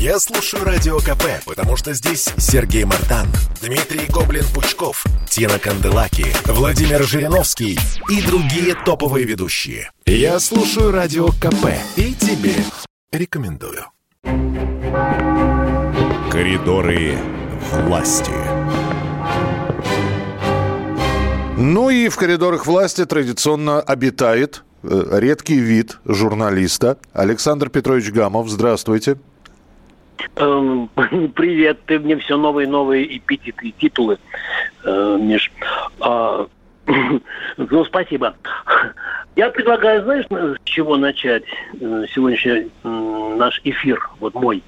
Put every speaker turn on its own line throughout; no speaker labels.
Я слушаю Радио КП, потому что здесь Сергей Мартан, Дмитрий Гоблин-Пучков, Тина Канделаки, Владимир Жириновский и другие топовые ведущие. Я слушаю Радио КП и тебе рекомендую. Коридоры власти.
Ну и в коридорах власти традиционно обитает редкий вид журналиста Александр Петрович Гамов. Здравствуйте.
Привет, ты мне все новые и новые эпитеты и титулы, Миш. Ну, спасибо. Я предлагаю, знаешь, с чего начать сегодняшний наш эфир, вот мой.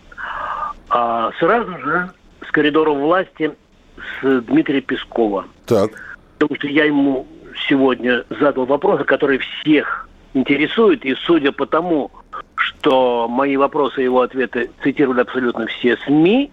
Сразу же с коридоров власти с Дмитрия Пескова.
Так.
Потому что я ему сегодня задал вопросы, которые всех интересуют, и судя по тому, что мои вопросы и его ответы цитировали абсолютно все СМИ,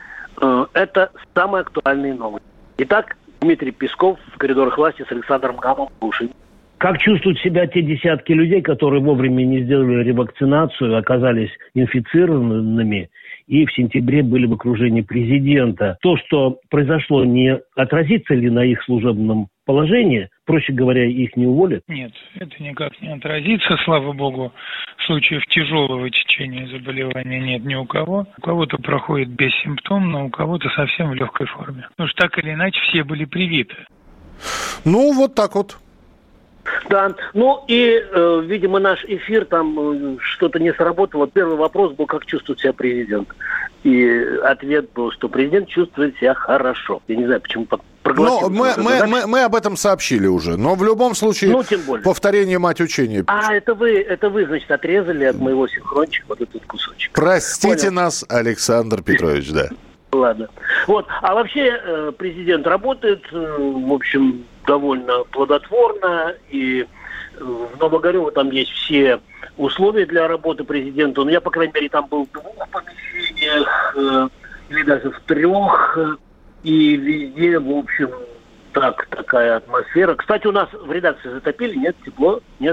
это самые актуальные новости. Итак, Дмитрий Песков в коридорах власти с Александром Гамовым. Слушай.
Как чувствуют себя те десятки людей, которые вовремя не сделали ревакцинацию, оказались инфицированными и в сентябре были в окружении президента? То, что произошло, не отразится ли на их служебном положении? Проще говоря, их не уволят?
Нет, это никак не отразится, слава богу. Случаев тяжелого течения заболевания нет ни у кого. У кого-то проходит бессимптомно, у кого-то совсем в легкой форме. Потому что так или иначе все были привиты.
Ну, вот так вот.
Да, ну и, видимо, наш эфир там что-то не сработало. Первый вопрос был, как чувствует себя президент. И ответ был, что президент чувствует себя хорошо. Я не знаю, почему проголосил.
Но мы об этом сообщили уже. Но в любом случае, повторение мать учения.
Это вы, значит, отрезали от моего синхрончика вот этот кусочек.
Простите Понял. Нас, Александр Петрович, да.
Ладно. Вот. А вообще президент работает, в общем, довольно плодотворно. И в Новогорево там есть все условия для работы президента. Но я, по крайней мере, там был в 2 помещениях, или даже в 3. И везде, в общем, такая атмосфера. Кстати, у нас в редакции затопили, нет? Тепло? Нет?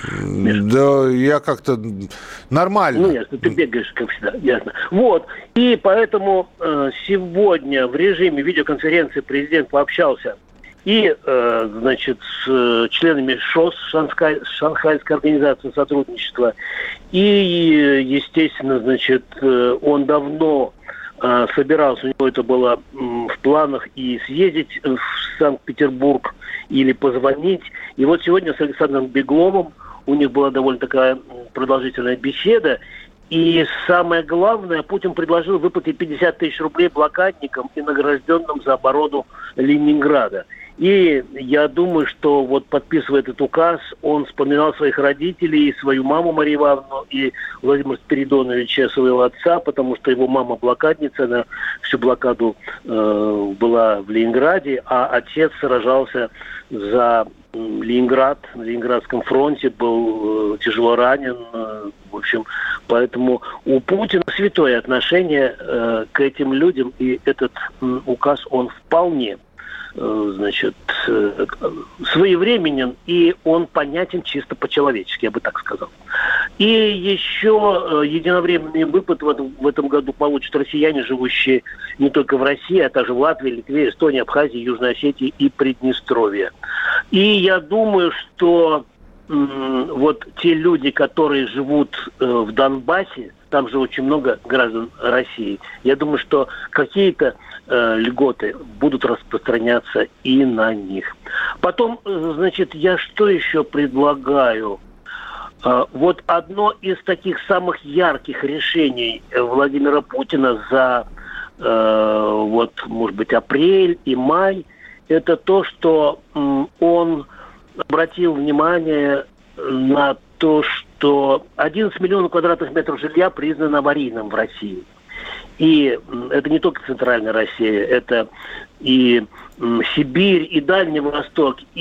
Да, я как-то нормально.
Ну, ясно, ты бегаешь, как всегда, ясно. Вот, и поэтому сегодня в режиме видеоконференции президент пообщался и, значит, с членами ШОС, Шанхайской организации сотрудничества, и, естественно, значит, он давно собирался, у него это было в планах, и съездить в Санкт-Петербург или позвонить. И вот сегодня с Александром Бегловым у них была довольно такая продолжительная беседа. И самое главное, Путин предложил выплатить 50 тысяч рублей блокадникам и награжденным за оборону Ленинграда. И я думаю, что вот подписывая этот указ, он вспоминал своих родителей, и свою маму Марию Ивановну, и Владимира Спиридоновича, своего отца, потому что его мама блокадница, она всю блокаду была в Ленинграде, а отец сражался за Ленинград, на Ленинградском фронте, был тяжело ранен. В общем, поэтому у Путина святое отношение к этим людям, и этот указ, он вполне, значит, своевременен, и он понятен чисто по-человечески, я бы так сказал. И еще единовременный выплат в этом году получат россияне, живущие не только в России, а также в Латвии, Литве, Эстонии, Абхазии, Южной Осетии и Приднестровье. И я думаю, что вот те люди, которые живут в Донбассе, там же очень много граждан России, я думаю, что какие-то льготы будут распространяться и на них. Потом, значит, я что еще предлагаю? Вот одно из таких самых ярких решений Владимира Путина за, вот, может быть, апрель и май, это то, что он обратил внимание на то, что 11 миллионов квадратных метров жилья признано аварийным в России. И это не только Центральная Россия, это и Сибирь, и Дальний Восток. И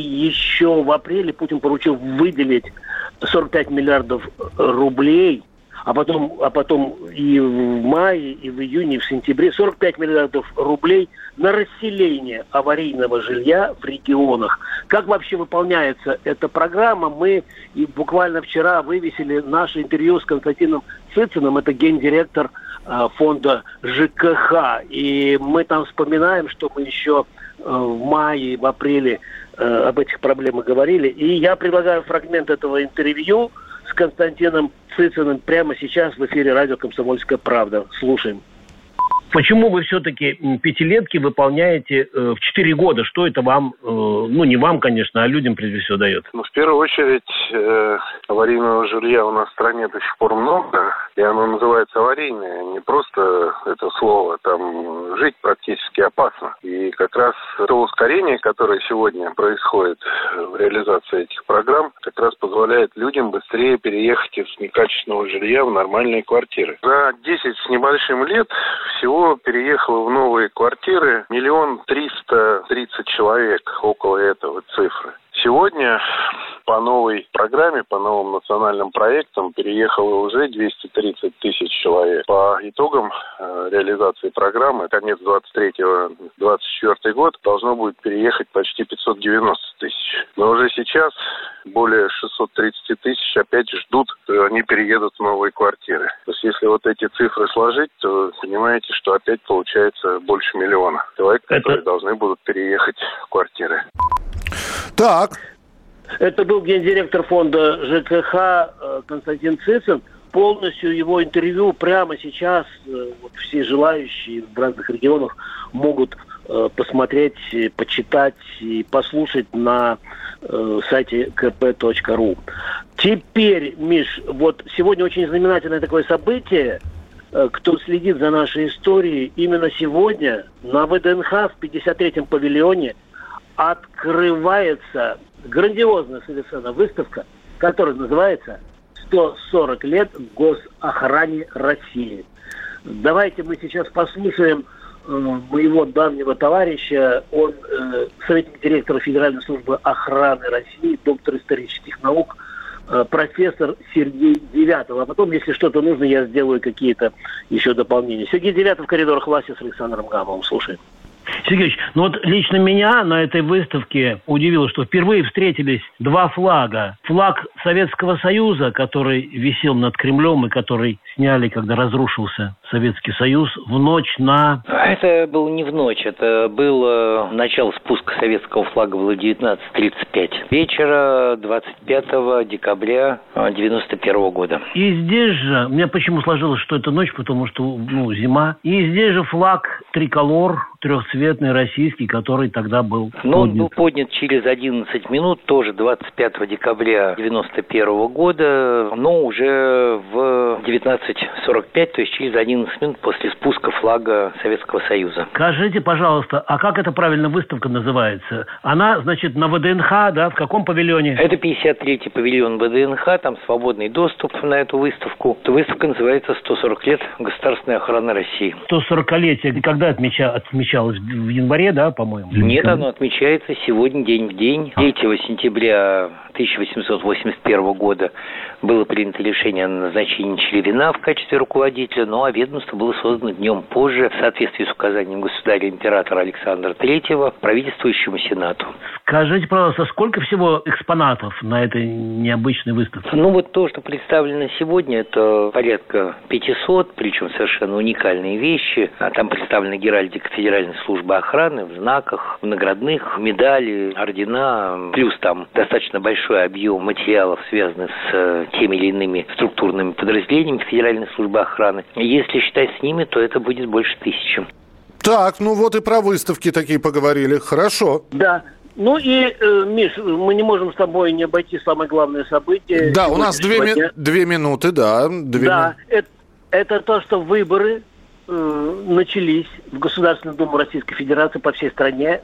еще в апреле Путин поручил выделить 45 миллиардов рублей, а потом и в мае, и в июне, и в сентябре 45 миллиардов рублей на расселение аварийного жилья в регионах. Как вообще выполняется эта программа? Мы буквально вчера вывесили наше интервью с Константином Цыциным, это гендиректор фонда ЖКХ. И мы там вспоминаем, что мы еще в мае, в апреле об этих проблемах говорили. И я предлагаю фрагмент этого интервью с Константином Цицыным прямо сейчас в эфире радио «Комсомольская правда». Слушаем.
Почему вы все-таки пятилетки выполняете в 4 года? Что это вам, не вам, конечно, а людям прежде всего дает?
В первую очередь, аварийного жилья у нас в стране до сих пор много, и оно называется аварийное. Не просто это слово, там жить практически опасно. И как раз то ускорение, которое сегодня происходит в реализации этих программ, как раз позволяет людям быстрее переехать из некачественного жилья в нормальные квартиры. За 10 с небольшим лет всего переехало в новые квартиры 1 330 000 человек, около этого цифры. Сегодня по новой программе, по новым национальным проектам переехало уже 230 000 человек. По итогам реализации программы, конец 23-24 год, должно будет переехать почти 590 000. Но уже сейчас более 630 000 опять ждут, что они переедут в новые квартиры. То есть если вот эти цифры сложить, то понимаете, что опять получается больше 1 миллиона человек, которые должны будут переехать в квартиры.
Так.
Это был гендиректор фонда ЖКХ Константин Цицын. Полностью его интервью прямо сейчас все желающие в разных регионах могут посмотреть, почитать и послушать на сайте kp.ru. Теперь, Миш, сегодня очень знаменательное такое событие. Кто следит за нашей историей, именно сегодня на ВДНХ в 53-м павильоне открывается грандиозная совершенно выставка, которая называется «140 лет госохране России». Давайте мы сейчас послушаем моего давнего товарища, он советник директора Федеральной службы охраны России, доктор исторических наук, профессор Сергей Девятов. А потом, если что-то нужно, я сделаю какие-то еще дополнения. Сергей Девятов в коридорах власти с Александром Гамовым. Слушаем.
Сергеевич, лично меня на этой выставке удивило, что впервые встретились два флага. Флаг Советского Союза, который висел над Кремлем и который сняли, когда разрушился Советский Союз, в ночь на...
Это было не в ночь, это было начало спуска советского флага, было 19:35 вечера 25 декабря 1991 года.
И здесь же, у меня почему сложилось, что это ночь, потому что, зима. И здесь же флаг триколор, трехцветный российский, который тогда был поднят.
Он был поднят через 11 минут, тоже 25 декабря 1991 года, но уже в 19:45, то есть через 11 минут после спуска флага Советского Союза.
Скажите, пожалуйста, а как это правильно выставка называется? Она, значит, на ВДНХ, да? В каком павильоне?
Это 53-й павильон ВДНХ, там свободный доступ на эту выставку. Эта выставка называется «140 лет государственной охраны России».
140-летие, когда отмечалось? В январе, да, по-моему?
Нет, оно отмечается сегодня день в день. 3 сентября 1881 года было принято решение о назначении Челевина в качестве руководителя, а ведомство было создано днем позже в соответствии с указанием государя-императора Александра III правительствующему Сенату.
Скажите, пожалуйста, сколько всего экспонатов на этой необычной выставке?
То, что представлено сегодня, это порядка 500, причем совершенно уникальные вещи. Там представлена геральдика Федеральной службы охраны в знаках, в наградных, медали, ордена, плюс там достаточно большой объем материалов, связанных с теми или иными структурными подразделениями Федеральной службы охраны. Если считать с ними, то это будет больше 1000.
Так, и про выставки такие поговорили. Хорошо.
Да. Миш, мы не можем с тобой не обойти самое главное событие.
Да, у нас 2 минуты, да.
Это то, что выборы начались в Государственную Думу Российской Федерации по всей стране,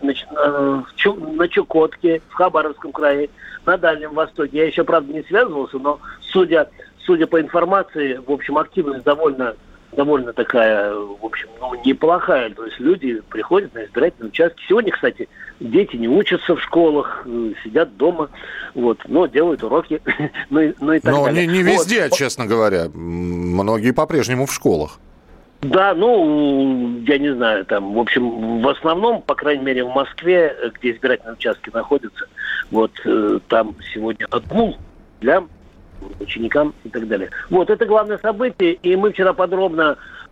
на Чукотке, в Хабаровском крае, на Дальнем Востоке. Я еще, правда, не связывался, но судя по информации, в общем, активность довольно такая, в общем, неплохая. То есть люди приходят на избирательные участки. Сегодня, кстати, дети не учатся в школах, сидят дома, но делают уроки, и так далее.
Не везде, честно говоря. Многие по-прежнему в школах.
Да, я не знаю, в общем, в основном, по крайней мере, в Москве, где избирательные участки находятся, там сегодня отгул для ученикам и так далее. Это главное событие, и мы вчера подробно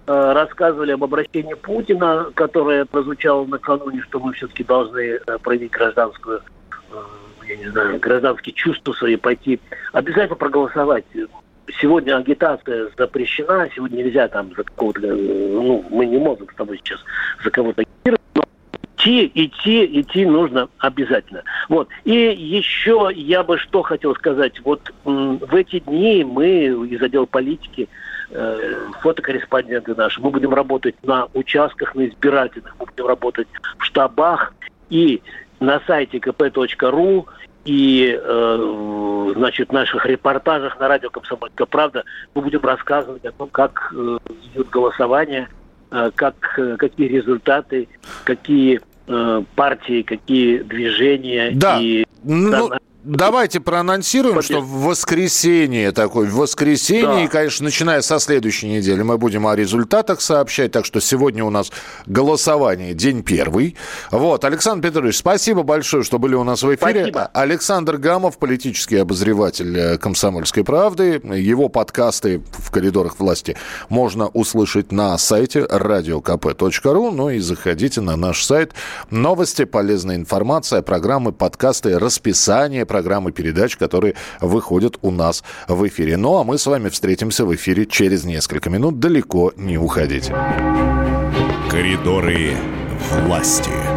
рассказывали об обращении Путина, которое прозвучало накануне, что мы все-таки должны проявить гражданскую, гражданские чувства свои, пойти обязательно проголосовать. Сегодня агитация запрещена, сегодня нельзя там за какого-то, мы не можем с тобой сейчас за кого-то агитировать, но идти нужно обязательно. Вот. И еще я бы что хотел сказать. Вот в эти дни мы из отдела политики, фотокорреспонденты наши, мы будем работать на участках, на избирательных, мы будем работать в штабах и на сайте kp.ru, и, в наших репортажах на радио «Комсомольская правда» мы будем рассказывать о том, как идет голосование, какие результаты, какие партии, какие движения.
Да. Давайте проанонсируем, что в воскресенье, да. И, конечно, начиная со следующей недели мы будем о результатах сообщать. Так что сегодня у нас голосование, день первый. Вот, Александр Петрович, спасибо большое, что были у нас в эфире.
Спасибо.
Александр Гамов, политический обозреватель «Комсомольской правды». Его подкасты в коридорах власти можно услышать на сайте radiokp.ru. Ну и заходите на наш сайт. Новости, полезная информация, программы, подкасты, расписание программы передач, которые выходят у нас в эфире. Ну, а мы с вами встретимся в эфире через несколько минут. Далеко не уходите.
Коридоры власти.